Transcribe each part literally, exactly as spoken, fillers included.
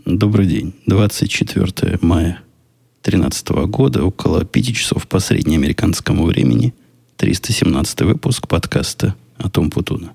Добрый день. двадцать четвёртое мая две тысячи тринадцатого года, около пяти часов по среднеамериканскому времени, триста семнадцатый выпуск подкаста «Атом Путуна».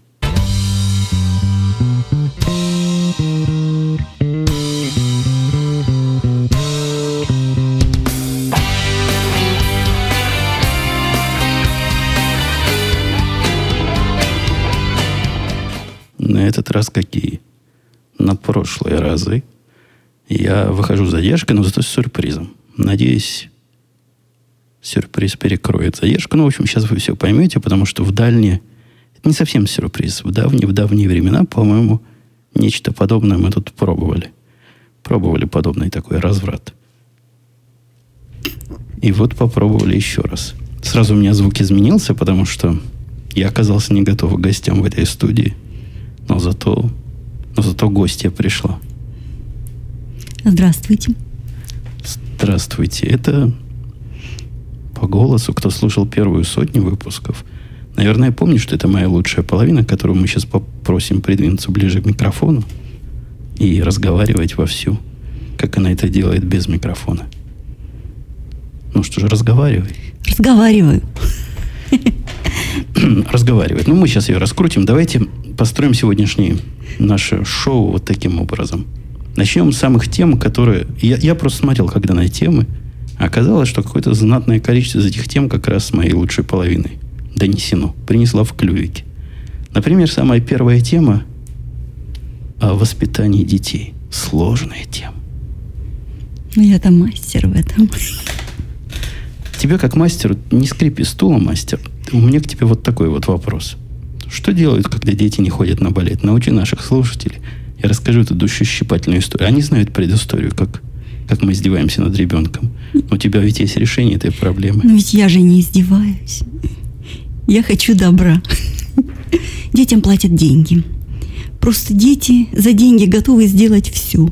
На этот раз какие? На прошлые разы я выхожу с задержкой, но зато с сюрпризом. Надеюсь, сюрприз перекроет задержку. Ну, в общем, сейчас вы все поймете, потому что в дальние... Это не совсем сюрприз. В давние, в давние времена, по-моему, нечто подобное мы тут пробовали. Пробовали подобный такой разврат. И вот попробовали еще раз. Сразу у меня звук изменился, потому что я оказался не готов к гостям в этой студии. Но зато, но зато гостья пришла. Здравствуйте. Здравствуйте. Это по голосу, кто слушал первую сотню выпусков, наверное, помнит, что это моя лучшая половина, которую мы сейчас попросим придвинуться ближе к микрофону и разговаривать вовсю, как она это делает без микрофона. Ну что же, разговаривай. Разговариваю. Разговаривает. Ну, мы сейчас ее раскрутим. Давайте построим сегодняшнее наше шоу вот таким образом. Начнем с самых тем, которые... Я, я просто смотрел, когда на темы. Оказалось, что какое-то знатное количество из этих тем как раз с моей лучшей половиной донесено. Принесла в клювике. Например, самая первая тема о воспитании детей. Сложная тема. Ну, я там мастер в этом. Тебе как мастеру, не скрипи стула, мастер. У меня к тебе вот такой вот вопрос. Что делают, когда дети не ходят на балет? Научи наших слушателей. Я расскажу эту душещипательную историю. Они знают предысторию, как, как мы издеваемся над ребенком. У тебя ведь есть решение этой проблемы. Но ведь я же не издеваюсь. Я хочу добра. Детям платят деньги. Просто дети за деньги готовы сделать все.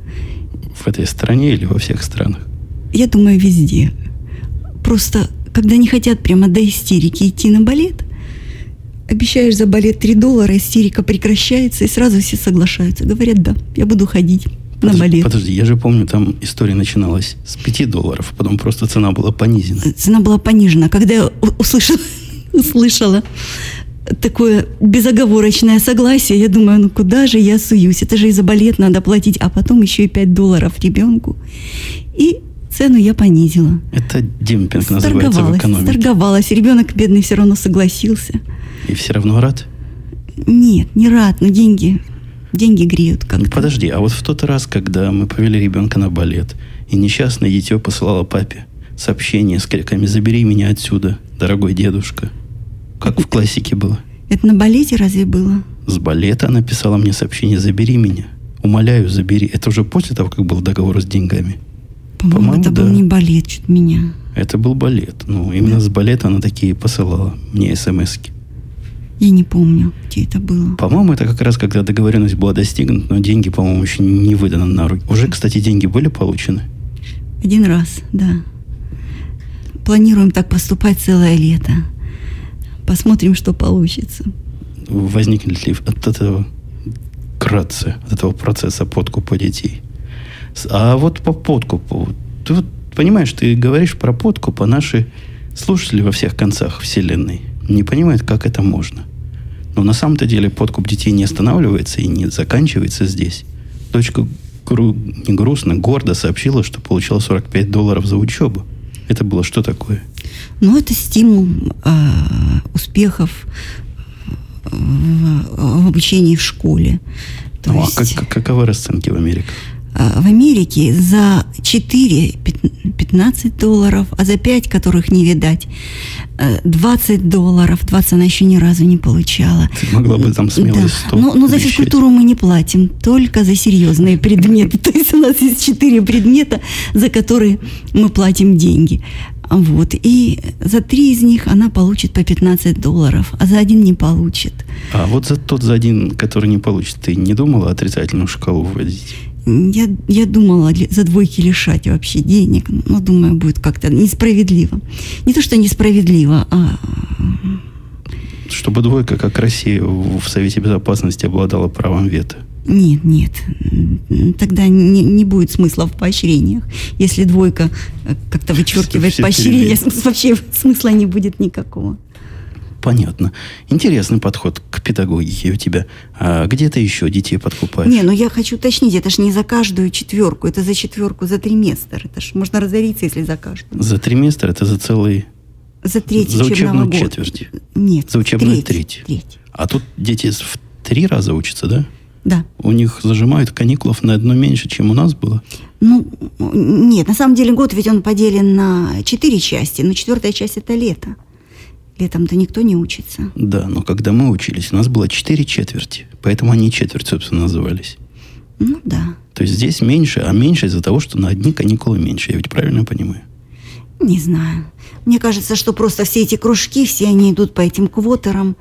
В этой стране или во всех странах? Я думаю, везде. Просто, когда не хотят прямо до истерики идти на балет, обещаешь за балет три доллара, истерика прекращается, и сразу все соглашаются. Говорят, да, я буду ходить подожди, на балет. Подожди, я же помню, там история начиналась с пяти долларов, потом просто цена была понизена. Цена была понижена. Когда я услышала, услышала такое безоговорочное согласие, я думаю, ну куда же я суюсь? Это же и за балет надо платить, а потом еще и пять долларов ребенку. И цену я понизила. Это демпинг называется в экономике. Сторговалась. Ребенок бедный все равно согласился. И все равно рад? Нет, не рад, но деньги, деньги греют как-то. Ну, подожди, а вот в тот раз, когда мы повели ребенка на балет, и несчастное дитё посылало папе сообщение с криками «Забери меня отсюда, дорогой дедушка». Как в классике было. Это на балете разве было? С балета она писала мне сообщение «Забери меня». Умоляю, забери. Это уже после того, как был договор с деньгами. По-моему, По-моему это да. был не балет, что-то меня. Это был балет. Ну, именно да. С балета она такие посылала мне смс-ки. Я не помню, где это было. По-моему, это как раз, когда договоренность была достигнута, но деньги, по-моему, еще не выданы на руки. Уже, кстати, деньги были получены? Один раз, да. Планируем так поступать целое лето. Посмотрим, что получится. Возникнет ли от этого кратце, от этого процесса подкупа детей? А вот по подкупу. Ты вот понимаешь, ты говоришь про подкуп, а наши слушатели во всех концах вселенной не понимают, как это можно. Но на самом-то деле подкуп детей не останавливается и не заканчивается здесь. Дочка гру- не грустно, гордо сообщила, что получила сорок пять долларов за учебу. Это было что такое? Ну, это стимул э, успехов в, в обучении в школе. То ну, есть... а как, каковы расценки в Америке? В Америке за четыре пятнадцать долларов, а за пять, которых не видать, двадцать долларов. двадцать она еще ни разу не получала. Ты могла бы там смело да. сто но, но за физкультуру мы не платим, только за серьезные предметы. То есть у нас есть четыре предмета, за которые мы платим деньги. Вот. И за три из них она получит по пятнадцать долларов, а за один не получит. А вот за тот за один, который не получит, ты не думала отрицательную шкалу вводить? Я, я думала за двойки лишать вообще денег, но думаю, будет как-то несправедливо. Не то, что несправедливо, а... Чтобы двойка, как Россия в Совете Безопасности, обладала правом вето. Нет, нет. Тогда не, не будет смысла в поощрениях. Если двойка как-то вычеркивает поощрение, вообще смысла не будет никакого. Понятно. Интересный подход к педагогике у тебя. А где ты еще детей подкупаешь? Не, ну я хочу уточнить, это ж не за каждую четверку, это за четверку, за триместр. Это ж можно разориться, если за каждую. За триместр это за целый... За третий За учебную года. четверть? Нет. За учебную треть. треть. треть. А тут дети в три раза учатся, да? Да. У них зажимают каникулов на одно меньше, чем у нас было? Ну, нет, на самом деле год ведь он поделен на четыре части, но четвертая часть это лето. Летом-то никто не учится. Да, но когда мы учились, у нас было четыре четверти, поэтому они четверть, собственно, назывались. Ну, да. То есть здесь меньше, а меньше из-за того, что на одни каникулы меньше. Я ведь правильно понимаю? Не знаю. Мне кажется, что просто все эти кружки, все они идут по этим квотерам,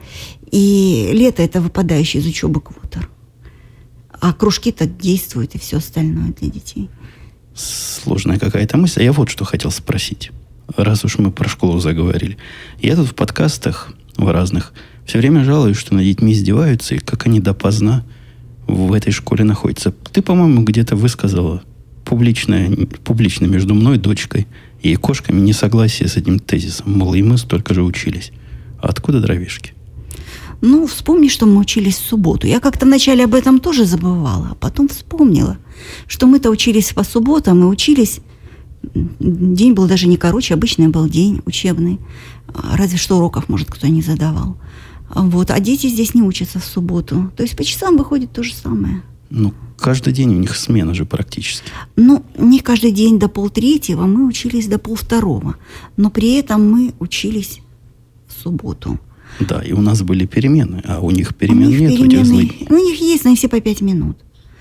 и лето – это выпадающий из учебы квотер. А кружки-то действуют, и все остальное для детей. Сложная какая-то мысль. А я вот что хотел спросить. Раз уж мы про школу заговорили. Я тут в подкастах в разных все время жалуюсь, что над детьми издеваются, и как они допоздна в этой школе находятся. Ты, по-моему, где-то высказала публично, публично между мной, дочкой и кошками несогласие с этим тезисом. Мол, и мы столько же учились. А откуда дровишки? Ну, вспомни, что мы учились в субботу. Я как-то вначале об этом тоже забывала, а потом вспомнила, что мы-то учились по субботам и учились... День был даже не короче, обычный был день учебный. Разве что уроков, может, кто не задавал. Вот. А дети здесь не учатся в субботу. То есть по часам выходит то же самое. Ну, каждый день у них смена же практически. Ну, не каждый день до полтретьего, мы учились до полвторого. Но при этом мы учились в субботу. Да, и у нас были перемены, а у них перемен у них нет. Перемены, у злые... У них есть, но все по пять минут.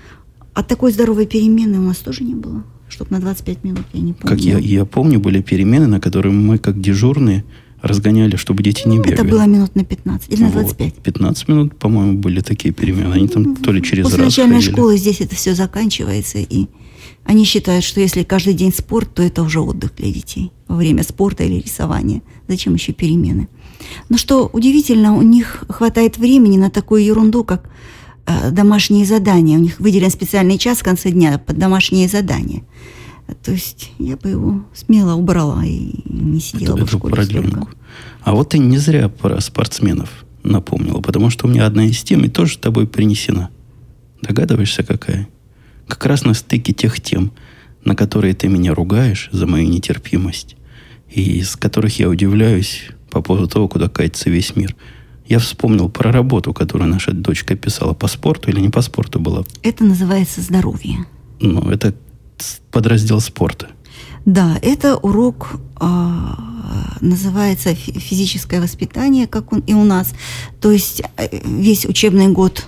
А такой здоровой перемены у нас тоже не было. Чтобы на двадцать пять минут, я не помню. Как я, я помню, были перемены, на которые мы, как дежурные, разгоняли, чтобы дети не бегали. Это было минут на пятнадцать или на двадцать пять. Вот. пятнадцать минут, по-моему, были такие перемены. Они там то ли через После раз начальной ходили. школы здесь это все заканчивается, и они считают, что если каждый день спорт, то это уже отдых для детей во время спорта или рисования. Зачем еще перемены? Но что удивительно, у них хватает времени на такую ерунду, как э, домашние задания. У них выделен специальный час в конце дня под домашние задания. То есть я бы его смело убрала и не сидела эту, бы в школе продленку. столько. А вот ты не зря про спортсменов напомнила, потому что у меня одна из тем и тоже с тобой принесена. Догадываешься, какая? Как раз на стыке тех тем, на которые ты меня ругаешь за мою нетерпимость, и из которых я удивляюсь по поводу того, куда катится весь мир. Я вспомнил про работу, которую наша дочка писала по спорту или не по спорту была. Это называется здоровье. Ну, это подраздел спорта. Да, это урок э, называется физическое воспитание, как он и у нас. То есть весь учебный год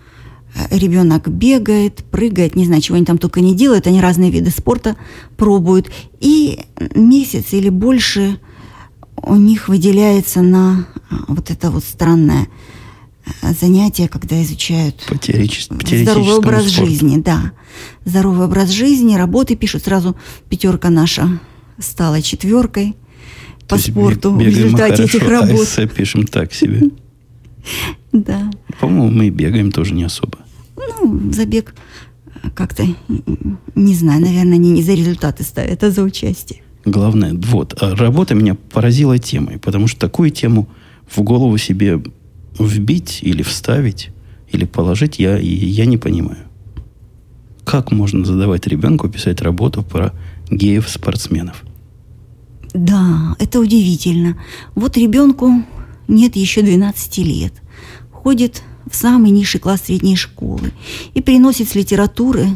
ребенок бегает, прыгает, не знаю, чего они там только не делают, они разные виды спорта пробуют. И месяц или больше у них выделяется на вот это вот странное занятия, когда изучают здоровый образ спорту. жизни, да. Здоровый образ жизни, работы пишут. Сразу пятерка наша стала четверкой по То спорту в хорошо, результате этих работ. А эссе пишем так себе. Да. По-моему, мы бегаем тоже не особо. Ну, забег как-то, не знаю, наверное, они не за результаты ставят, а за участие. Главное, вот, работа меня поразила темой, потому что такую тему в голову себе вбить или вставить, или положить, я, я не понимаю. Как можно задавать ребенку писать работу про геев-спортсменов? Да, это удивительно. Вот ребенку нет еще двенадцати лет. Ходит в самый низший класс средней школы и приносит с литературы,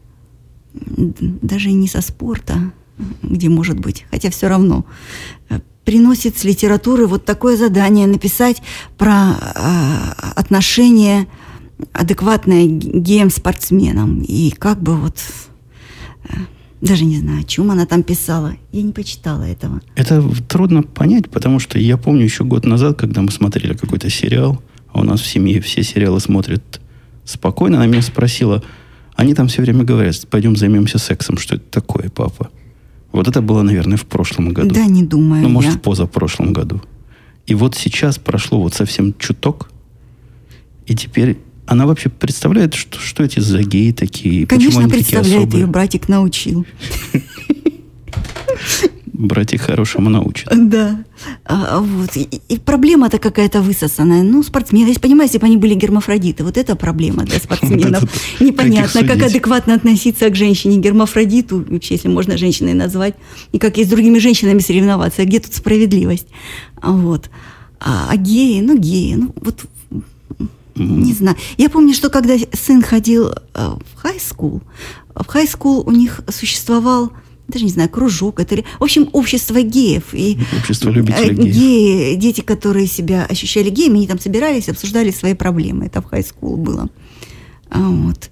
даже не со спорта, где может быть, хотя все равно, приносит с литературы вот такое задание написать про э, отношение адекватное геям-спортсменам. И как бы вот, э, даже не знаю, о чем она там писала. Я не почитала этого. Это трудно понять, потому что я помню еще год назад, когда мы смотрели какой-то сериал, а у нас в семье все сериалы смотрят спокойно, она меня спросила, они там все время говорят, пойдем займемся сексом. Что это такое, папа? Вот это было, наверное, в прошлом году. Да, не думаю. Ну, может, я. в позапрошлом году. И вот сейчас прошло вот совсем чуток, и теперь она вообще представляет, что, что эти за геи такие? Конечно, почему они представляет, такие ее братик научил. Братик хорошему научит. Да. А, вот. И, и проблема-то какая-то высосанная. Ну, спортсмены, если понимаете, если бы они были гермафродиты, вот это проблема для спортсменов. Непонятно, как адекватно относиться к женщине-гермафродиту, вообще, если можно женщиной назвать, и как и с другими женщинами соревноваться. Где тут справедливость? Вот. А, а геи, ну, геи, ну, вот... Не знаю. Я помню, что когда сын ходил в хай-скул, в хай-скул у них существовал, даже не знаю, кружок, это ли, в общем, общество геев. И общество любителей геев. Геи, дети, которые себя ощущали геями, они там собирались, обсуждали свои проблемы. Это в хай-скул было. Вот.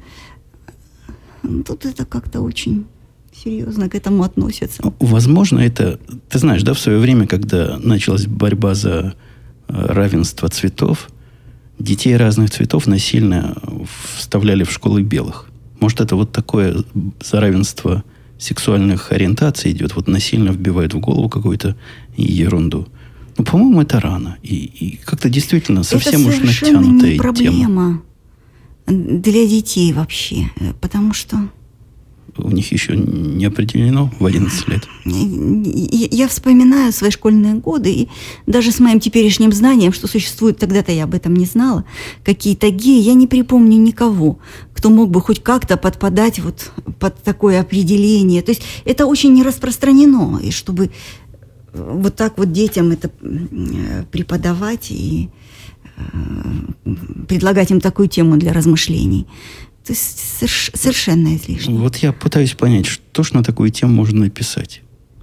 Тут это как-то очень серьезно к этому относятся. Возможно, это... Ты знаешь, да, в свое время, когда началась борьба за равенство цветов, детей разных цветов насильно вставляли в школы белых. Может, это вот такое за равенство сексуальных ориентаций идет, вот насильно вбивают в голову какую-то ерунду. Ну, по-моему, это рано. И, и как-то действительно совсем уж натянутая тема. Это совершенно не проблема для детей вообще, потому что... У них еще не определено в одиннадцать лет. Я вспоминаю свои школьные годы, и даже с моим теперешним знанием, что существует, тогда-то я об этом не знала, какие-то геи, я не припомню никого, кто мог бы хоть как-то подпадать вот под такое определение. То есть это очень не распространено, и чтобы вот так вот детям это преподавать и предлагать им такую тему для размышлений. То есть совершенно излишне. Вот я пытаюсь понять, что ж на такую тему можно написать.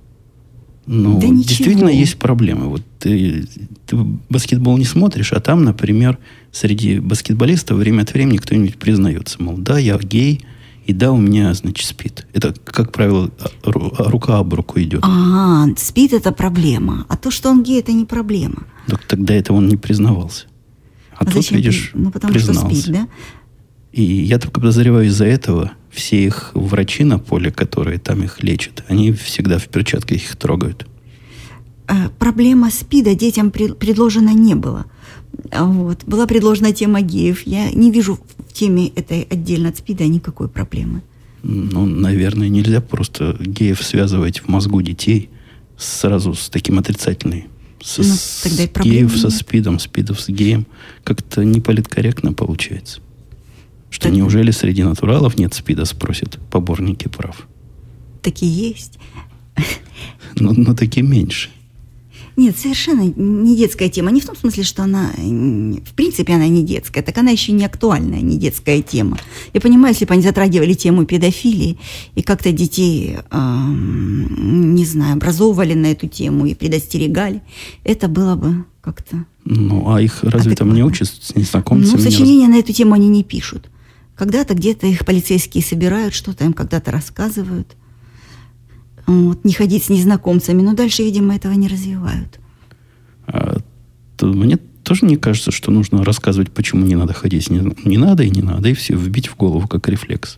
Ну, да действительно есть проблемы. Вот ты, ты баскетбол не смотришь, а там, например, среди баскетболистов время от времени кто-нибудь признается, мол, да, я гей, и да, у меня, значит, спид. Это, как правило, рука об руку идет. А, спид – это проблема. А то, что он гей – это не проблема. Так тогда этого он не признавался. А, а тут, зачем? Видишь, ну, потому признался. Что спид, да? И я только подозреваю, из-за этого все их врачи на поле, которые там их лечат, они всегда в перчатках их трогают. Проблема СПИДа детям предложена не было. Вот. Была предложена тема геев. Я не вижу в теме этой отдельно от СПИДа никакой проблемы. Ну, наверное, нельзя просто геев связывать в мозгу детей сразу с таким отрицательной. С, ну, тогда и геев нет. со СПИДом, СПИДов с геем. Как-то неполиткорректно получается. Что так... неужели среди натуралов нет СПИДа, спросят поборники прав. Такие есть. Но, но такие меньше. Нет, совершенно не детская тема. Не в том смысле, что она, в принципе, она не детская, так она еще не актуальная, не детская тема. Я понимаю, если бы они затрагивали тему педофилии и как-то детей, э, не знаю, образовывали на эту тему и предостерегали, это было бы как-то... Ну, а их разве там не учат с незнакомцами? Ну, сочинения на эту тему они не пишут. Когда-то где-то их полицейские собирают, что-то им когда-то рассказывают. Вот, не ходить с незнакомцами, но дальше, видимо, этого не развивают. А, то мне тоже не кажется, что нужно рассказывать, почему не надо ходить с незнакомцами. Не надо и не надо, и все вбить в голову как рефлекс.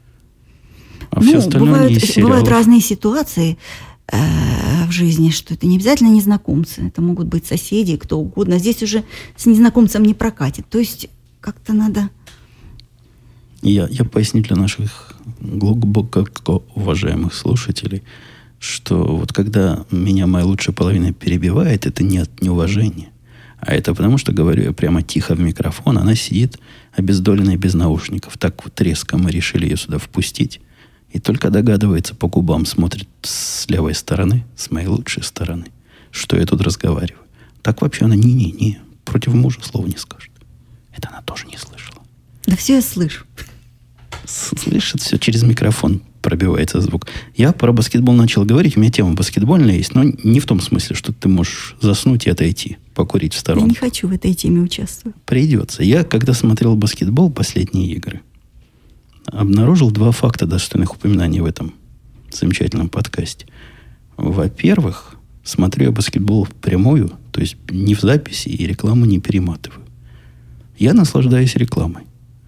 А ну, все остальное бывают, не из сериалов. Бывают разные ситуации э, в жизни, что это не обязательно незнакомцы, это могут быть соседи, кто угодно. Здесь уже с незнакомцем не прокатит. То есть как-то надо... Я, я поясню для наших глубоко уважаемых слушателей, что вот когда меня моя лучшая половина перебивает, это не от неуважения, а это потому, что говорю я прямо тихо в микрофон, она сидит обездоленная без наушников. Так вот резко мы решили ее сюда впустить, и только догадывается, по губам смотрит с левой стороны, с моей лучшей стороны, что я тут разговариваю. Так вообще она не-не-не, против мужа слова не скажет. Это она тоже не слышала. Да все я слышу. Слышит, все через микрофон пробивается звук. Я про баскетбол начал говорить, у меня тема баскетбольная есть, но не в том смысле, что ты можешь заснуть и отойти, покурить в сторонку. Я не хочу в этой теме участвовать. Придется. Я, когда смотрел баскетбол, последние игры, обнаружил два факта, достойных упоминания в этом замечательном подкасте. Во-первых, смотрю я баскетбол впрямую, то есть не в записи и рекламу не перематываю. Я наслаждаюсь рекламой.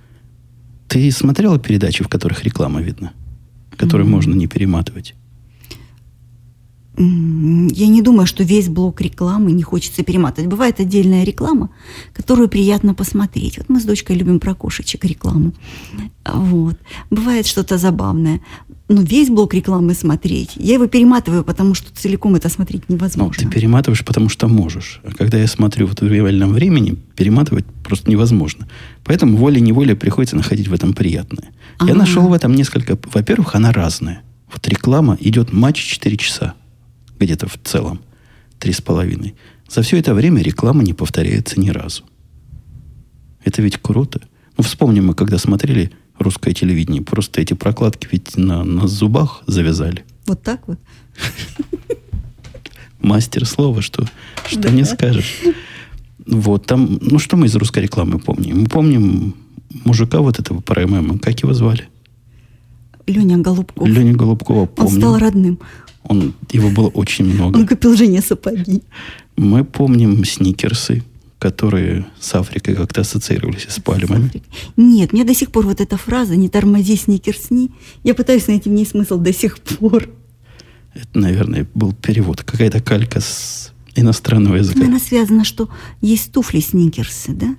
Ты смотрела передачи, в которых реклама видна? Которые mm-hmm. можно не перематывать? Я не думаю, что весь блок рекламы не хочется перематывать. Бывает отдельная реклама, которую приятно посмотреть. Вот мы с дочкой любим про кошечек рекламу. Вот. Бывает что-то забавное. Но весь блок рекламы смотреть, я его перематываю, потому что целиком это смотреть невозможно. Ну, ты перематываешь, потому что можешь. А когда я смотрю вот в реальном времени, перематывать просто невозможно. Поэтому волей-неволей приходится находить в этом приятное. А-а-а. Я нашел в этом несколько... Во-первых, она разная. Вот реклама идет матч четыре часа. Где-то в целом. Три с половиной. За все это время реклама не повторяется ни разу. Это ведь круто. Ну, вспомним мы, когда смотрели русское телевидение. Просто эти прокладки ведь на, на зубах завязали. Вот так вот? Мастер слова, что, что не скажешь. Вот там... Ну, что мы из русской рекламы помним? Мы помним мужика вот этого про эм эм. Как его звали? Леня Голубков. Леня Голубкова помним. Он стал родным. Он, его было очень много. Он купил жене сапоги. Мы помним сникерсы, которые с Африкой как-то ассоциировались с пальмами. Нет, мне до сих пор вот эта фраза «не тормози, сникерсни», я пытаюсь найти в ней смысл до сих пор. Это, наверное, был перевод. Какая-то калька с иностранного языка. Наверное, связано, что есть туфли сникерсы, да?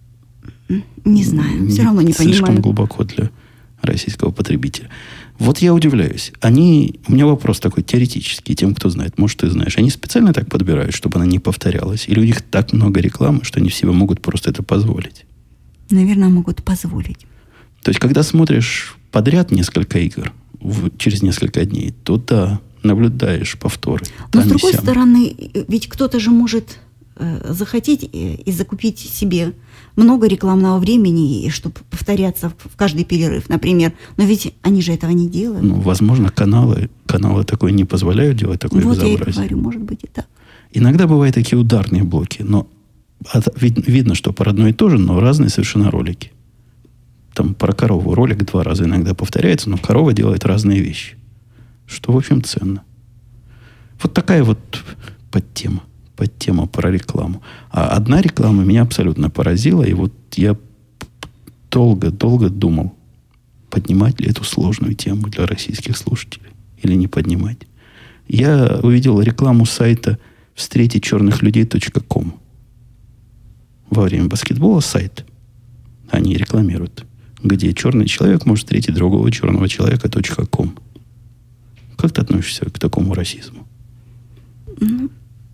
Не знаю, не, все равно не слишком понимаю. Слишком глубоко для российского потребителя. Вот я удивляюсь. Они, у меня вопрос такой теоретический, тем, кто знает, может, ты знаешь. Они специально так подбирают, чтобы она не повторялась? Или у них так много рекламы, что они себе могут просто это позволить? Наверное, могут позволить. То есть, когда смотришь подряд несколько игр в, через несколько дней, то да, наблюдаешь повторы. Но с другой стороны, ведь кто-то же может э, захотеть и закупить себе много рекламного времени, чтобы повторяться в каждый перерыв, например. Но ведь они же этого не делают. Ну, возможно, каналы, каналы такое не позволяют делать такое вот безобразие. Вот я и говорю, может быть и так. Иногда бывают такие ударные блоки, но от, вид, видно, что про одно и то же, но разные совершенно ролики. Там про корову ролик два раза иногда повторяется, но корова делает разные вещи. Что, в общем, ценно. Вот такая вот подтема. Подтема про рекламу. А одна реклама меня абсолютно поразила, и вот я долго-долго думал, поднимать ли эту сложную тему для российских слушателей или не поднимать. Я увидел рекламу сайта встретить черных людей точка ком. Во время баскетбола сайт они рекламируют, где черный человек может встретить другого черного человека точка ком. Как ты относишься к такому расизму? Ну,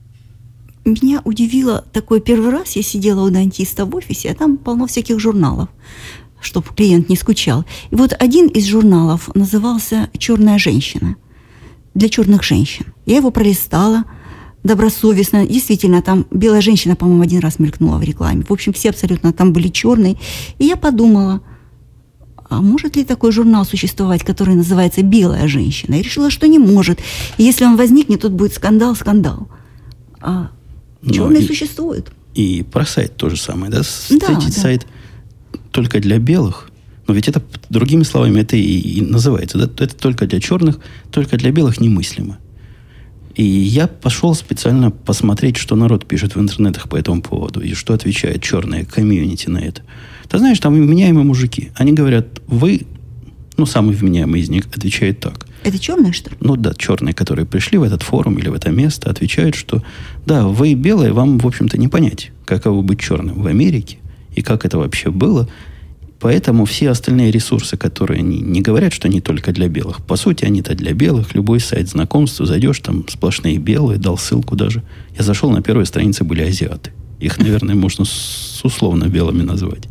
меня удивило такой первый раз. Я сидела у дантиста в офисе, а там полно всяких журналов, чтобы клиент не скучал. И вот один из журналов назывался «Черная женщина». Для черных женщин. Я его пролистала добросовестно. Действительно, там белая женщина, по-моему, один раз мелькнула в рекламе. В общем, все абсолютно там были черные. И я подумала, а может ли такой журнал существовать, который называется «Белая женщина»? Я решила, что не может. И если он возникнет, тут будет скандал, скандал. А черные существуют. И про сайт то же самое, да? Встретить да, сайт да. только для белых. Но ведь это, другими словами, это и, и называется. Да? Это только для черных, только для белых немыслимо. И я пошел специально посмотреть, что народ пишет в интернетах по этому поводу. И что отвечает черная комьюнити на это. Ты знаешь, там вменяемые мужики. Они говорят, вы... Ну, самый вменяемый из них отвечает так. Это черные, что ли? Ну да, черные, которые пришли в этот форум или в это место, отвечают, что да, вы белые, вам, в общем-то, не понять, каково быть черным в Америке и как это вообще было. Поэтому все остальные ресурсы, которые они не говорят, что они только для белых, по сути, они-то для белых. Любой сайт знакомства, зайдешь, там сплошные белые, дал ссылку даже. Я зашел, на первой странице были азиаты. Их, наверное, можно с условно белыми назвать.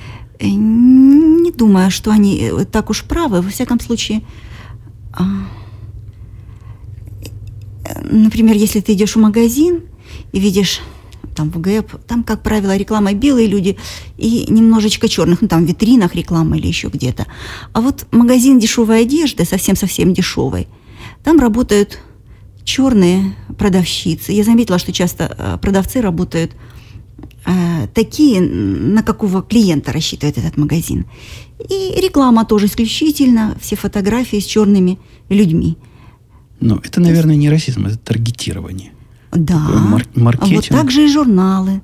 Не думаю, что они так уж правы. Во всяком случае, например, если ты идешь в магазин и видишь там в ГЭП, там, как правило, реклама белые люди и немножечко черных, ну там в витринах реклама или еще где-то. А вот магазин дешевой одежды, совсем-совсем дешевой, там работают черные продавщицы. Я заметила, что часто продавцы работают э, такие, на какого клиента рассчитывает этот магазин. И реклама тоже исключительно, все фотографии с черными людьми. Но это, наверное, не расизм, это таргетирование. Да, мар- маркетинг. Вот так же и журналы.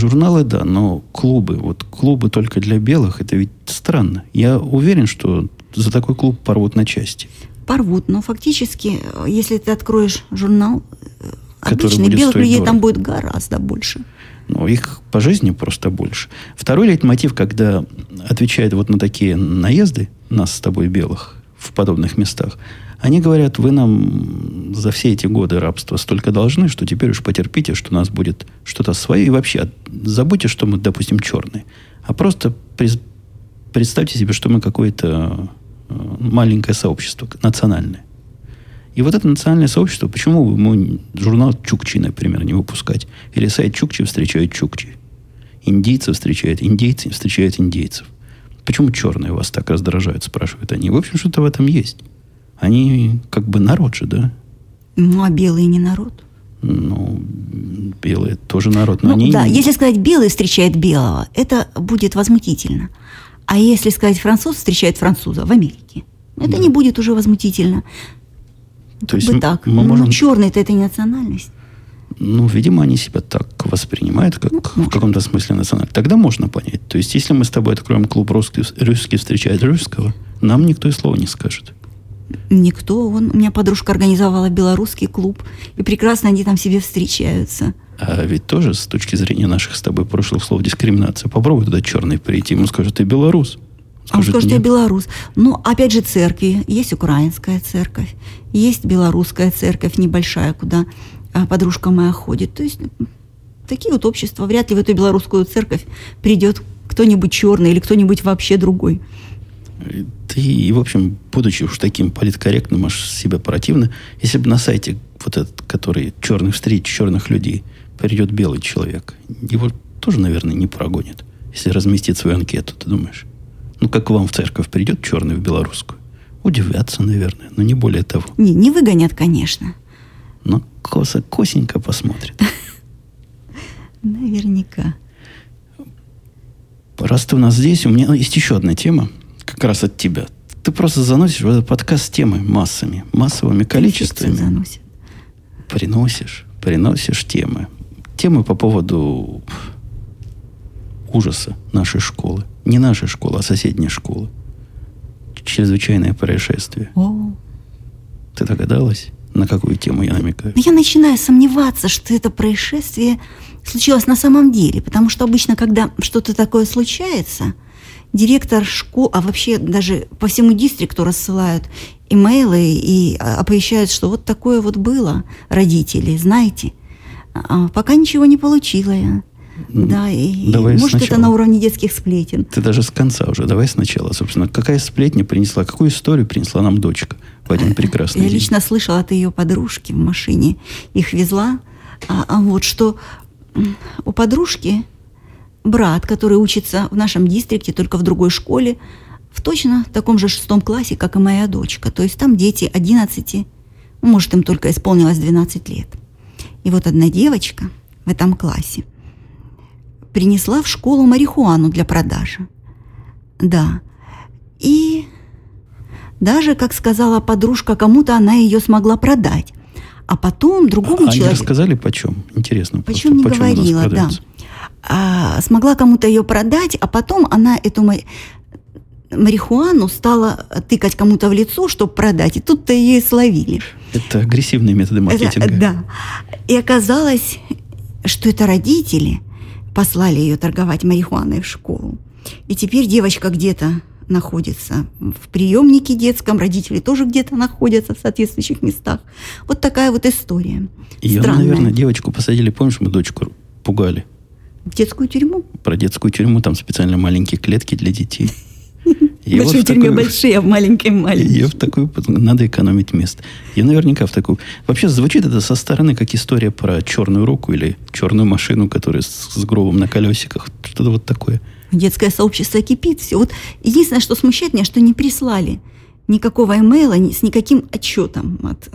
Журналы, да, но клубы, вот клубы только для белых, это ведь странно. Я уверен, что за такой клуб порвут на части. Порвут, но фактически, если ты откроешь журнал, который обычно белых людей дорого. Там будет гораздо больше. Ну, их по жизни просто больше. Второй лейтмотив, когда отвечает вот на такие наезды, нас с тобой белых, в подобных местах, они говорят, вы нам за все эти годы рабства столько должны, что теперь уж потерпите, что у нас будет что-то свое. И вообще, забудьте, что мы, допустим, черные. А просто представьте себе, что мы какое-то маленькое сообщество, национальное. И вот это национальное сообщество, почему бы мы журнал Чукчи, например, не выпускать? Или сайт Чукчи встречает Чукчи. Индийцы встречают индейцы, встречают индейцев. Почему черные вас так раздражают, спрашивают они. В общем, что-то в этом есть. Они как бы народ же, да? Ну, а белые не народ. Ну, белые тоже народ. Но ну, они... Да, если сказать белый встречает белого, это будет возмутительно. А если сказать француз встречает француза в Америке, это да. не будет уже возмутительно. То как есть бы так. Мы можем... Ну, черный-то это не национальность. Ну, видимо, они себя так воспринимают, как ну, в каком-то смысле национальность. Тогда можно понять. То есть, если мы с тобой откроем клуб «Русский, русский встречает русского», нам никто и слова не скажет. Никто. Вон, у меня подружка организовала белорусский клуб, и прекрасно они там себе встречаются. А ведь тоже с точки зрения наших с тобой прошлых слов дискриминация. Попробуй туда черный прийти, ему скажут, ты белорус. Скажет, а он скажет, я белорус. Ну, опять же, церкви. Есть украинская церковь, есть белорусская церковь небольшая, куда подружка моя ходит. То есть такие вот общества. Вряд ли в эту белорусскую церковь придет кто-нибудь черный или кто-нибудь вообще другой. Ты, в общем, будучи уж таким политкорректным, аж себя противно, если бы на сайте вот этот, который черных встреч, черных людей, придет белый человек, его тоже, наверное, не прогонят, если разместит свою анкету, ты думаешь? Ну, как к вам в церковь придет черный в белорусскую? Удивятся, наверное, но не более того. Не, не выгонят, конечно. Но косо, косенько посмотрят. Наверняка. Раз ты у нас здесь, у меня есть еще одна тема, как раз от тебя. Ты просто заносишь в этот подкаст темы массами, массовыми количествами. Заносит. Приносишь, приносишь темы. Темы по поводу ужаса нашей школы. Не нашей школы, а соседней школы. Чрезвычайное происшествие. О. Ты догадалась, на какую тему я намекаю? Я начинаю сомневаться, что это происшествие случилось на самом деле. Потому что обычно, когда что-то такое случается, директор школы, а вообще даже по всему дистрикту рассылают имейлы и оповещают, что вот такое вот было, родители, знаете. А пока ничего не получила я. Да, и Давай может, сначала. Это на уровне детских сплетен. Ты даже с конца уже. Давай сначала, собственно. Какая сплетня принесла, какую историю принесла нам дочка в один прекрасный Я день? лично слышала от ее подружки в машине. Их везла. А, а вот что у подружки брат, который учится в нашем дистрикте, только в другой школе, в точно таком же шестом классе, как и моя дочка. То есть там дети одиннадцати, может, им только исполнилось двенадцать лет. И вот одна девочка в этом классе принесла в школу марихуану для продажи. Да. И даже, как сказала подружка, кому-то она ее смогла продать. А потом другому а человеку... Они рассказали, почем? Интересно. Почем не почем говорила, да. А, смогла кому-то ее продать, а потом она эту марихуану стала тыкать кому-то в лицо, чтобы продать. И тут-то ее и словили. Это агрессивные методы маркетинга. Это, да. И оказалось, что это родители послали ее торговать марихуаной в школу. И теперь девочка где-то находится в приемнике детском, родители тоже где-то находятся в соответствующих местах. Вот такая вот история. Ее, наверное, девочку посадили, помнишь, мы дочку пугали? В детскую тюрьму? Про детскую тюрьму, там специально маленькие клетки для детей. В большой тюрьме большие, а в маленькой маленькие. Ее в такую... Надо экономить место. И наверняка в такую... Вообще звучит это со стороны как история про черную руку или черную машину, которая с, с гробом на колесиках. Что-то вот такое. Детское сообщество кипит. Все. Вот единственное, что смущает меня, что не прислали никакого имейла ни, с никаким отчетом от...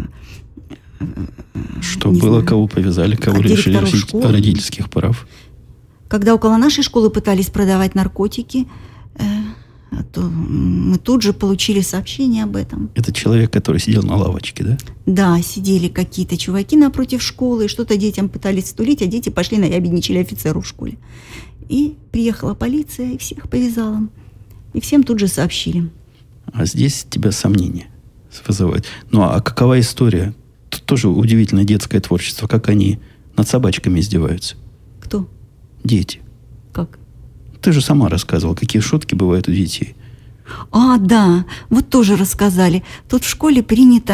Что было, знаю, кого повязали, кого от лишили школы. Родительских прав. Когда около нашей школы пытались продавать наркотики, э, то мы тут же получили сообщение об этом. Это человек, который сидел на лавочке, да? Да, сидели какие-то чуваки напротив школы, что-то детям пытались стулить, а дети пошли наябедничали офицеру в школе. И приехала полиция, и всех повязала. И всем тут же сообщили. А здесь тебя сомнения вызывают. Ну, а какова история? Тут тоже удивительное детское творчество. Как они над собачками издеваются. Кто? Дети. Как? Ты же сама рассказывала, какие шутки бывают у детей. А, да, вот тоже рассказали. Тут в школе принято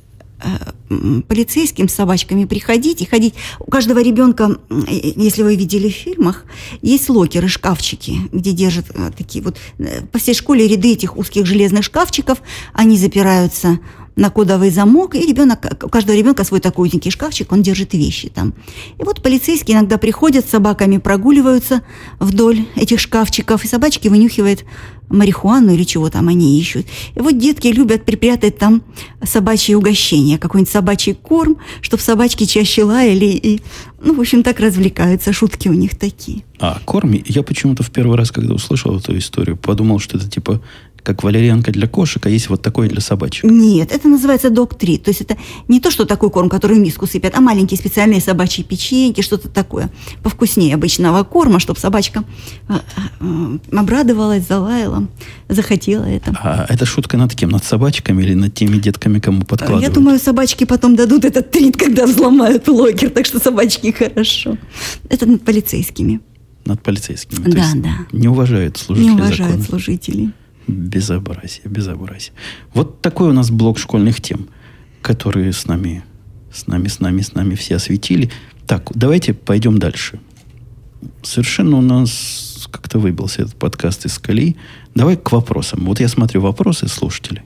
э, полицейским с собачками приходить и ходить. У каждого ребенка, если вы видели в фильмах, есть локеры, шкафчики, где держат э, такие вот... Э, по всей школе ряды этих узких железных шкафчиков, они запираются на кодовый замок, и ребенок, у каждого ребенка свой такой узенький шкафчик, он держит вещи там. И вот полицейские иногда приходят с собаками, прогуливаются вдоль этих шкафчиков, и собачки вынюхивают марихуану или чего там они ищут. И вот детки любят припрятать там собачьи угощения, какой-нибудь собачий корм, чтобы собачки чаще лаяли, и, ну, в общем, так развлекаются, шутки у них такие. А корм, я почему-то в первый раз, когда услышал эту историю, подумал, что это типа как валерьянка для кошек, а есть вот такой для собачек. Нет, это называется дог-трит. То есть это не то, что такой корм, который в миску сыпят, а маленькие специальные собачьи печеньки, что-то такое повкуснее обычного корма, чтобы собачка обрадовалась, залаяла, захотела это. А это шутка над кем? Над собачками или над теми детками, кому подкладывают? Я думаю, собачки потом дадут этот трит, когда взломают локер, так что собачки хорошо. Это над полицейскими. Над полицейскими. Да, То есть да. Не уважают служителей Не уважают закона. служителей. Безобразие, безобразие. Вот такой у нас блок школьных тем, которые с нами, с нами, с нами, с нами все осветили. Так, давайте пойдем дальше. Совершенно у нас как-то выбился этот подкаст из колеи. Давай к вопросам. Вот я смотрю вопросы слушателей,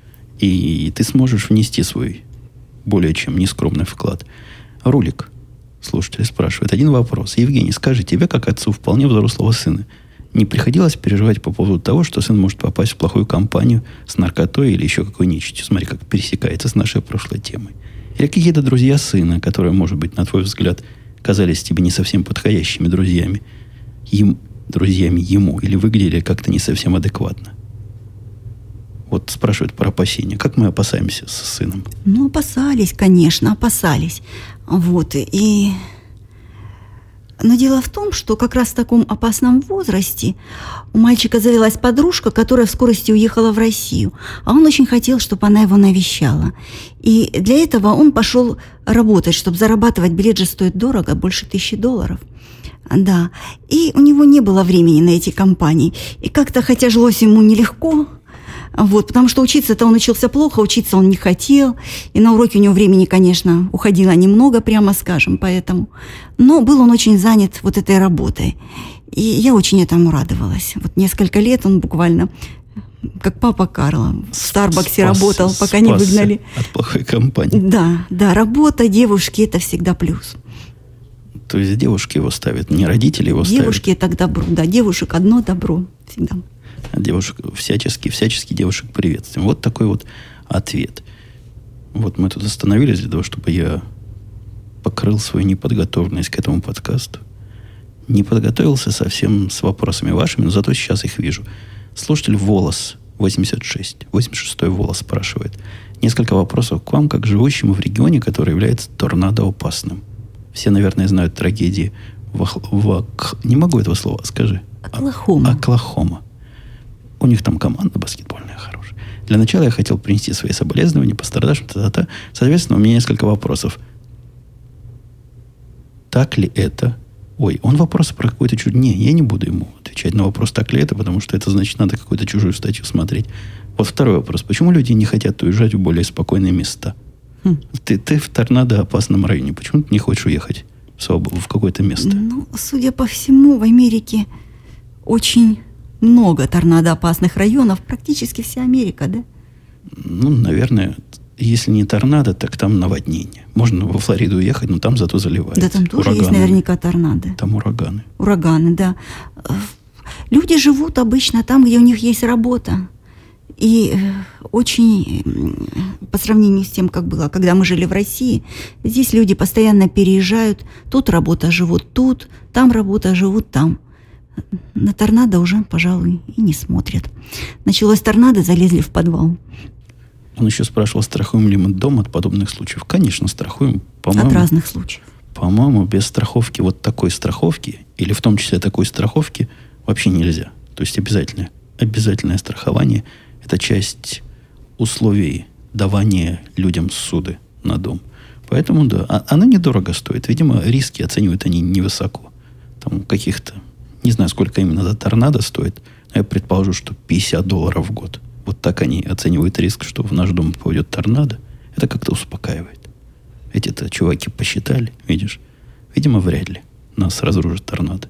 и ты сможешь внести свой более чем нескромный вклад. Рулик, слушатель, спрашивает один вопрос. Евгений, скажи, тебе, как отцу вполне взрослого сына, не приходилось переживать по поводу того, что сын может попасть в плохую компанию с наркотой или еще какой нечистью? Смотри, как пересекается с нашей прошлой темой. Или какие-то друзья сына, которые, может быть, на твой взгляд, казались тебе не совсем подходящими друзьями, им, друзьями ему, или выглядели как-то не совсем адекватно. Вот спрашивают про опасения. Как мы опасаемся с сыном? Ну, опасались, конечно, опасались. Вот, и... Но дело в том, что как раз в таком опасном возрасте у мальчика завелась подружка, которая в скорости уехала в Россию. А он очень хотел, чтобы она его навещала. И для этого он пошел работать, чтобы зарабатывать. Билет же стоит дорого, больше тысячи долларов. Да. И у него не было времени на эти компании. И как-то, хотя жилось ему нелегко, вот, потому что учиться-то он учился плохо, учиться он не хотел. И на уроки у него времени, конечно, уходило немного, прямо скажем, поэтому. Но был он очень занят вот этой работой. И я очень этому радовалась. Вот несколько лет он буквально, как папа Карла, в Старбаксе работал, пока не выгнали. От плохой компании. Да, да, работа девушки – это всегда плюс. То есть девушки его ставят, не родители его ставят? Девушки – это к добру, да, девушек одно добро всегда. Девушек всячески, всячески девушек приветствуем. Вот такой вот ответ. Вот мы тут остановились для того, чтобы я покрыл свою неподготовленность к этому подкасту. Не подготовился совсем с вопросами вашими, но зато сейчас их вижу. Слушатель Волос восемьдесят шесть, восемьдесят шестой Волос спрашивает. Несколько вопросов к вам, как живущему в регионе, который является торнадоопасным. Все, наверное, знают трагедии в, в, в не могу этого слова, скажи. Оклахома. Оклахома. У них там команда баскетбольная хорошая. Для начала я хотел принести свои соболезнования пострадавшим. Та-та-та. Соответственно, у меня несколько вопросов. Так ли это? Ой, он вопрос про какой-то чудо. Не, я не буду ему отвечать на вопрос, так ли это, потому что это значит, надо какую-то чужую статью смотреть. Вот второй вопрос. Почему люди не хотят уезжать в более спокойные места? Хм. Ты, ты в торнадоопасном районе. Почему ты не хочешь уехать в, своб... в какое-то место? Ну, судя по всему, в Америке очень много торнадоопасных районов. Практически вся Америка, да? Ну, наверное, если не торнадо, так там наводнение. Можно во Флориду уехать, но там зато заливается. Да, там тоже ураганы. есть наверняка торнадо. Там ураганы. Ураганы, да. Люди живут обычно там, где у них есть работа. И очень, по сравнению с тем, как было, когда мы жили в России, здесь люди постоянно переезжают. Тут работа, живут тут, там работа, живут там. На торнадо уже, пожалуй, и не смотрят. Началось торнадо, залезли в подвал. Он еще спрашивал, страхуем ли мы дом от подобных случаев. Конечно, страхуем. По-моему, от разных случаев. По-моему, без страховки, вот такой страховки, или в том числе такой страховки, вообще нельзя. То есть обязательное, обязательное страхование – Это часть условий давания людям ссуды на дом. Поэтому, да, а, она недорого стоит. Видимо, риски оценивают они невысоко. Там каких-то, не знаю, сколько именно за торнадо стоит, но я предположу, что пятьдесят долларов в год. Вот так они оценивают риск, что в наш дом попадет торнадо. Это как-то успокаивает. Эти-то чуваки посчитали, видишь. Видимо, вряд ли нас разрушит торнадо.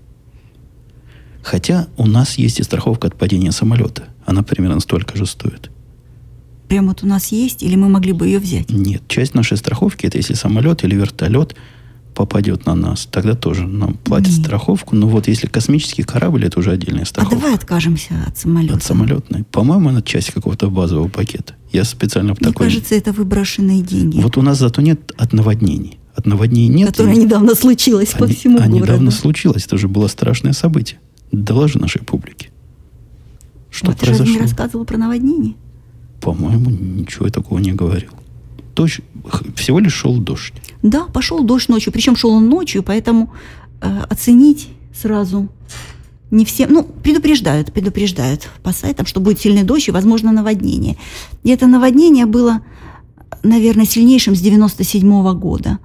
Хотя у нас есть и страховка от падения самолета. Она примерно столько же стоит. Прям вот у нас есть, или мы могли бы ее взять? Нет, часть нашей страховки, это если самолет или вертолет попадет на нас, тогда тоже нам платят Нет. страховку. Но вот если космический корабль, это уже отдельная страховка. А давай откажемся от самолета. От самолетной. По-моему, она часть какого-то базового пакета. Я специально Мне такой... кажется, это выброшенные деньги. Вот у нас зато нет от наводнений. От наводнений нет. Которое и... недавно случилось а по не... всему а городу. А недавно случилось. Это же было страшное событие. Доложи нашей публике. Что вот произошло? Ты же не рассказывал про наводнение? По-моему, ничего я такого не говорил. Дождь, всего лишь шел дождь. Да, пошел дождь ночью. Причем шел он ночью, поэтому э, оценить сразу не все... Ну, предупреждают, предупреждают по сайтам, что будет сильный дождь и, возможно, наводнение. И это наводнение было, наверное, сильнейшим с девяносто седьмого года.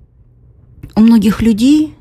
У многих людей,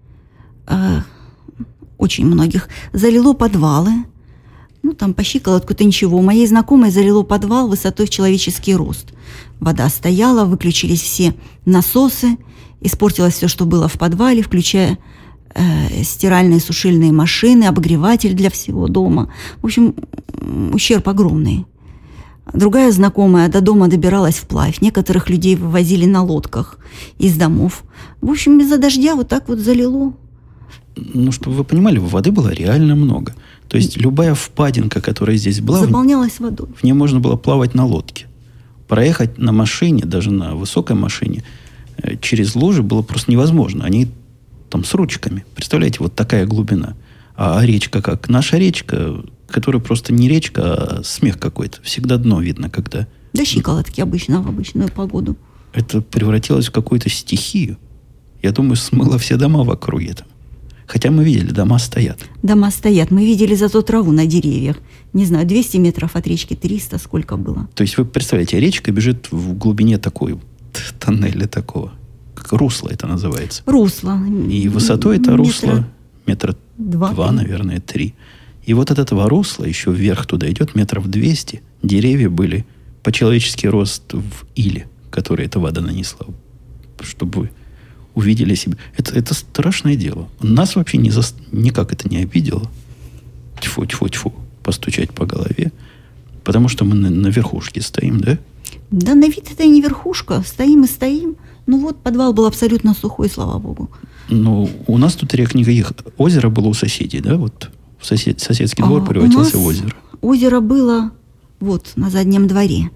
э, очень многих, залило подвалы. Ну, там по щиколотку-то ничего. У моей знакомой залило подвал высотой в человеческий рост. Вода стояла, выключились все насосы, испортилось все, что было в подвале, включая э, стиральные, сушильные машины, обогреватель для всего дома. В общем, ущерб огромный. Другая знакомая до дома добиралась вплавь. Некоторых людей вывозили на лодках из домов. В общем, из-за дождя вот так вот залило. Ну, чтобы вы понимали, воды было реально много. То есть любая впадинка, которая здесь была, заполнялась водой. В ней можно было плавать на лодке. Проехать на машине, даже на высокой машине, через лужи было просто невозможно. Они там с ручками. Представляете, вот такая глубина. А речка как? Наша речка, которая просто не речка, а смех какой-то. Всегда дно видно, когда... Да щиколотки обычно в обычную погоду. Это превратилось в какую-то стихию. Я думаю, смыло все дома в округе там. Хотя мы видели, дома стоят. Дома стоят. Мы видели зато траву на деревьях. Не знаю, двести метров от речки, триста, сколько было. То есть вы представляете, речка бежит в глубине такой, тоннеля такого. Как русло это называется. Русло. И высотой это метра русло метра два, два наверное, три. И вот от этого русла еще вверх туда идет метров двести. Деревья были по человеческий рост в иле, который эта вода нанесла. Чтобы вы увидели себя. Это, это страшное дело. Нас вообще не за, никак это не обидело. Тьфу, тьфу, тьфу. Постучать по голове. Потому что мы на, на верхушке стоим, да? Да на вид это и не верхушка. Стоим и стоим. Ну вот, подвал был абсолютно сухой, слава богу. Ну, у нас тут рек никаких. Озеро было у соседей, да? Вот в сосед, соседский двор а, превратился в озеро. Озеро было вот на заднем дворе.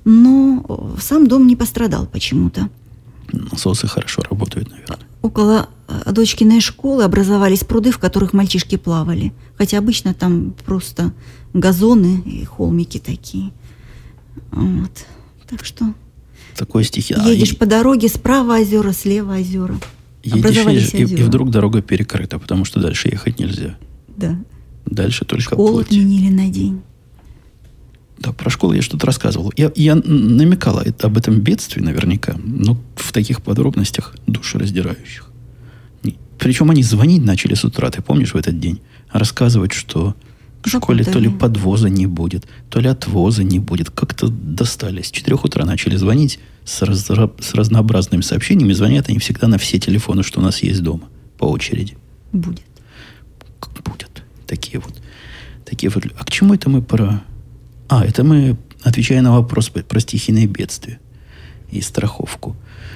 Но сам дом не пострадал почему-то. Насосы хорошо работают, наверное. Около дочкиной школы образовались пруды, в которых мальчишки плавали. Хотя обычно там просто газоны и холмики такие. Вот. Так что такой стихи. едешь а, по дороге, справа озера, слева озера. Едешь, и, и вдруг дорога перекрыта, потому что дальше ехать нельзя. Да. Дальше только школу путь. отменили на день. Да, про школу я что-то рассказывал. Я, я намекал об этом бедствии наверняка, но в таких подробностях душераздирающих. Причем они звонить начали с утра, ты помнишь, в этот день? Рассказывать, что в школе то ли подвоза не будет, то ли отвоза не будет. Как-то достали. С четырех утра начали звонить с, раз, с разнообразными сообщениями. Звонят они всегда на все телефоны, что у нас есть дома, по очереди. Будет. Как будет. Такие вот. Такие вот. А к чему это мы про... А, это мы, отвечая на вопрос про стихийные бедствия и страховку.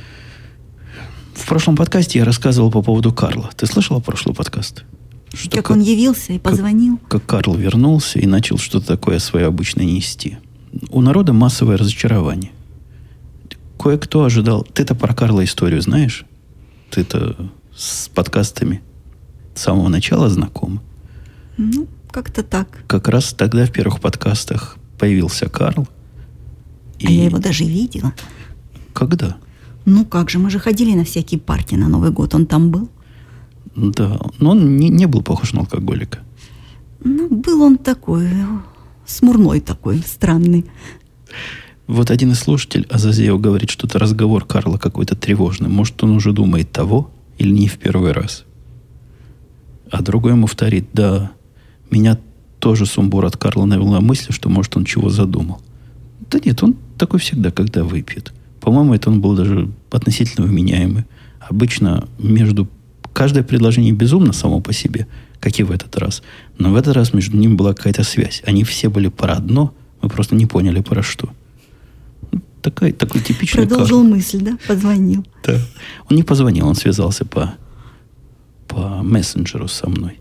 В прошлом подкасте я рассказывал по поводу Карла. Ты слышала прошлый подкаст? Что как, как он явился и позвонил? Как, как Карл вернулся и начал что-то такое свое обычное нести. У народа массовое разочарование. Кое-кто ожидал... Ты-то про Карла историю знаешь? Ты-то с подкастами с самого начала знакома? Ну, как-то так. Как раз тогда в первых подкастах появился Карл. А и... я его даже видела. Когда? Ну как же, мы же ходили на всякие партии на Новый год. Он там был? Да, но он не, не был похож на алкоголика. Ну, был он такой, смурной такой, странный. Вот один из слушателей, Азазеев, говорит, что это разговор Карла какой-то тревожный. Может, он уже думает того или не в первый раз. А другой ему повторит, да, меня тоже сумбур от Карла навела мысль, что, может, он чего задумал. Да нет, он такой всегда, когда выпьет. По-моему, это он был даже относительно вменяемый. Обычно между... Каждое предложение безумно само по себе, как и в этот раз. Но в этот раз между ними была какая-то связь. Они все были про одно, мы просто не поняли, про что. Такой, такой типичный Продолжил Карл. мысль, да? Позвонил. Да. Он не позвонил, он связался по, по мессенджеру со мной.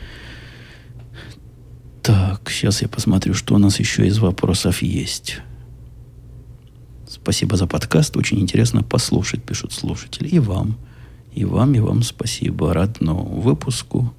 Так, сейчас я посмотрю, что у нас еще из вопросов есть. Спасибо за подкаст. Очень интересно послушать, пишут слушатели. И вам. И вам, и вам спасибо. Рад новому выпуску.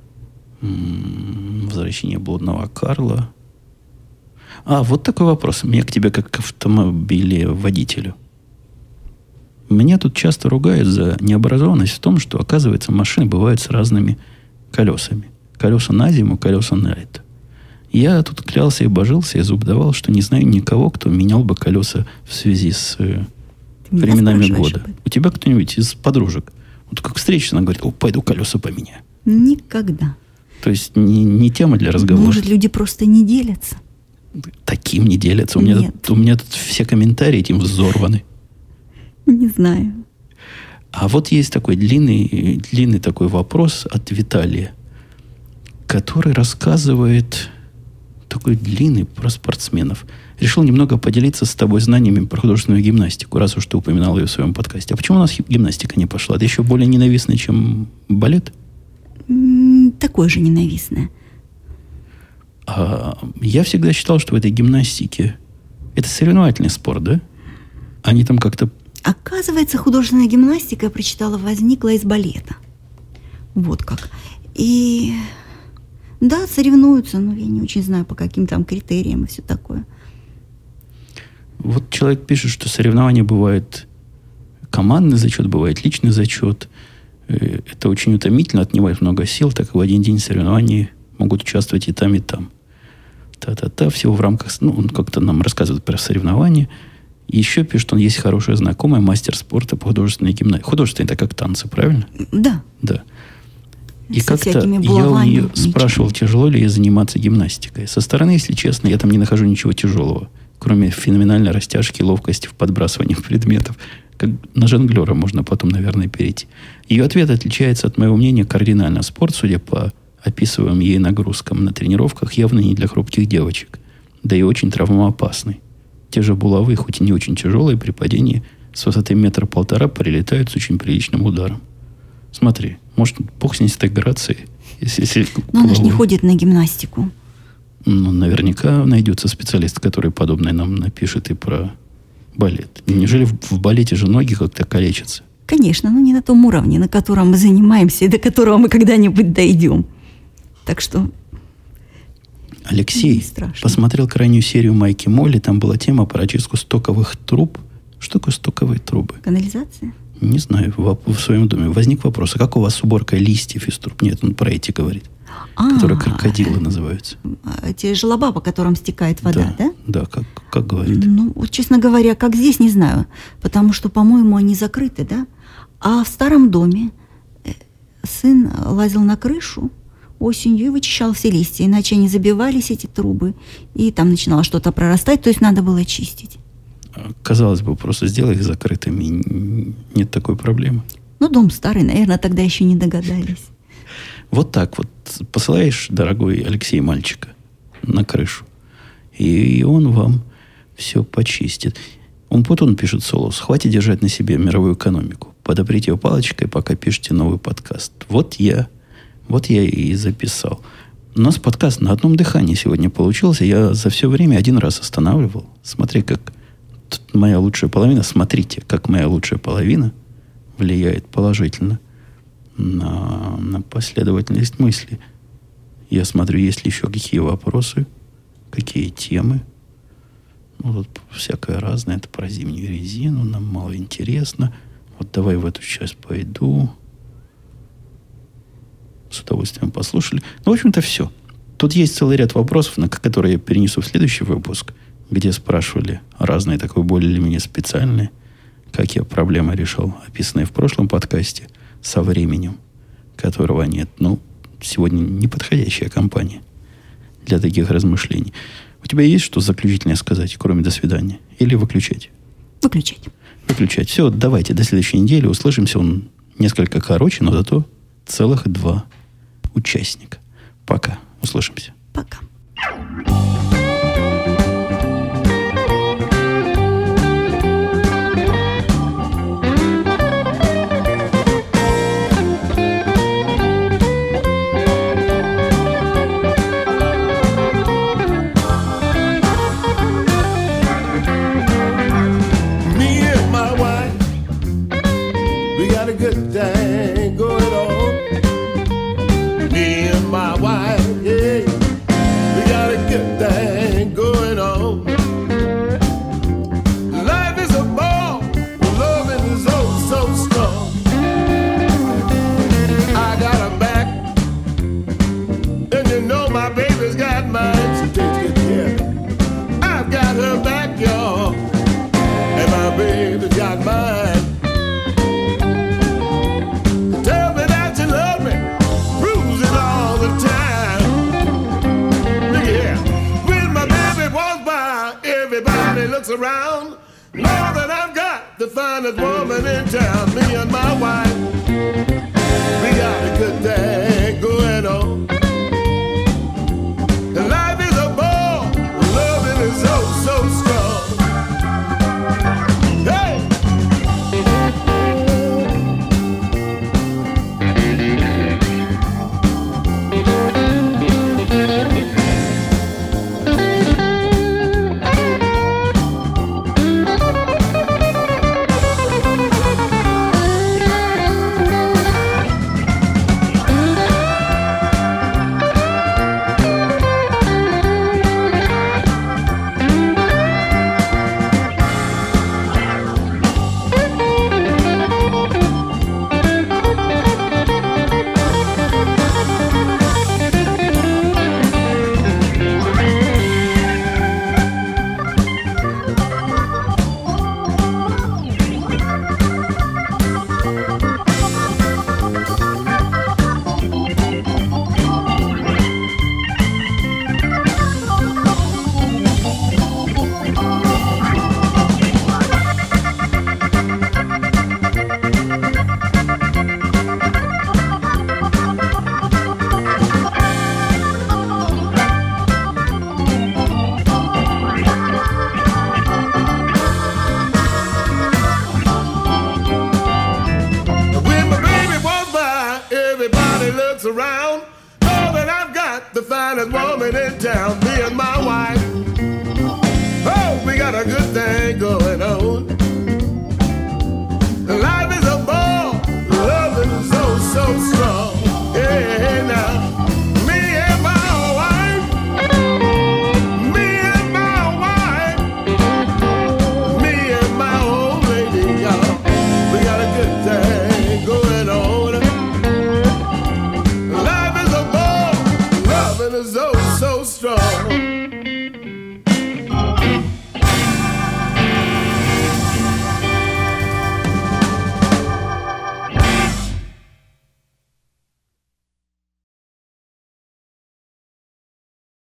М-м, возвращение блудного Карла. А, вот такой вопрос. Мне к тебе как к автомобилеводителю. Меня тут часто ругают за необразованность в том, что, оказывается, машины бывают с разными колесами. Колеса на зиму, колеса на лето. Я тут клялся и божился, и зуб давал, что не знаю никого, кто менял бы колеса в связи с э, временами года. У тебя кто-нибудь из подружек? Вот как встреча, она говорит, о, пойду колеса поменяю. Никогда. То есть не, не тема для разговора. Может, люди просто не делятся? Таким не делятся. У меня, тут, у меня тут все комментарии этим взорваны. Не знаю. А вот есть такой длинный, длинный такой вопрос от Виталия, который рассказывает... такой длинный про спортсменов. Решил немного поделиться с тобой знаниями про художественную гимнастику, раз уж ты упоминал ее в своем подкасте. А почему у нас гимнастика не пошла? Это еще более ненавистная, чем балет? М-м, такое же ненавистное. А я всегда считал, что в этой гимнастике это соревновательный спорт, да? Они там как-то... Оказывается, художественная гимнастика, я прочитала, возникла из балета. Вот как. И... Да, соревнуются, но я не очень знаю, по каким там критериям и все такое. Вот человек пишет, что соревнования бывают командный зачет, бывает личный зачет. Это очень утомительно, отнимает много сил, так как в один день соревнований могут участвовать и там, и там. Та-та-та, всего в рамках... Ну, он как-то нам рассказывает про соревнования. Еще пишет, он есть хорошая знакомая, мастер спорта по художественной гимнастике. Художественные это как танцы, правильно? Да. Да. И Со как-то я у нее спрашивал, тяжело ли ей заниматься гимнастикой. Со стороны, если честно, я там не нахожу ничего тяжелого, кроме феноменальной растяжки и ловкости в подбрасывании предметов. Как на жонглера можно потом, наверное, перейти. Ее ответ отличается от моего мнения кардинально. Спорт, судя по описываемым ей нагрузкам на тренировках, явно не для хрупких девочек. Да и очень травмоопасный. Те же булавы, хоть и не очень тяжелые, при падении с высоты метра-полтора прилетают с очень приличным ударом. Смотри, может, бог с ней с этой грацией. Если, если Но она же не ходит на гимнастику. Ну, наверняка найдется специалист, который подобное нам напишет и про балет. Неужели в, в балете же ноги как-то калечатся? Конечно, но не на том уровне, на котором мы занимаемся и до которого мы когда-нибудь дойдем. Так что... Алексей посмотрел крайнюю серию Майки Молли. Там была тема про очистку стоковых труб. Что такое стоковые трубы? Канализация? Не знаю, в, в своем доме возник вопрос, а как у вас с уборкой листьев из труб? Нет, он про эти говорит, а, которые крокодилы называются. Те желоба, по которым стекает вода, да? Да, да, как, как говорит. Ну, вот, честно говоря, как здесь, не знаю, потому что, по-моему, они закрыты, да? А в старом доме сын лазил на крышу осенью и вычищал все листья, иначе они забивались, эти трубы, и там начинало что-то прорастать, то есть надо было чистить. Казалось бы, просто сделай их закрытыми, нет такой проблемы. Ну, дом старый, наверное, тогда еще не догадались. Вот так вот посылаешь, дорогой Алексей, мальчика на крышу, и он вам все почистит. Умпутун пишет Солос, хватит держать на себе мировую экономику. Подоприте ее палочкой, пока пишете новый подкаст. Вот я, вот я и записал. У нас подкаст на одном дыхании сегодня получился. Я за все время один раз останавливал. Смотри, как тут моя лучшая половина. Смотрите, как моя лучшая половина влияет положительно на, на последовательность мысли. Я смотрю, есть ли еще какие вопросы, какие темы. Ну, тут всякое разное. Это про зимнюю резину. Нам мало интересно. Вот давай в эту часть пойду. С удовольствием послушали. Ну, в общем-то, все. Тут есть целый ряд вопросов, на которые я перенесу в следующий выпуск, где спрашивали разные, такой более или менее специальные, как я проблемы решал, описанные в прошлом подкасте, со временем, которого нет. Ну, сегодня неподходящая компания для таких размышлений. У тебя есть что заключительное сказать, кроме «до свидания»? Или выключать? Выключать. Выключать. Все, давайте до следующей недели. Услышимся. Он несколько короче, но зато целых два участника. Пока. Услышимся. Пока. Good thing going on. Me and my wife, yeah, we got a good thing going on. Life is a ball, loving is oh so strong. I got her back, and you know my baby's got mine. She takes good care. I've got her back, y'all, and my baby's got mine. Looks around, know that I've got the finest woman in town. Me and my wife, we got a good thing going on. The life is a ball, loving is so, so strong. Hey! Around, know that I've got the finest woman in town.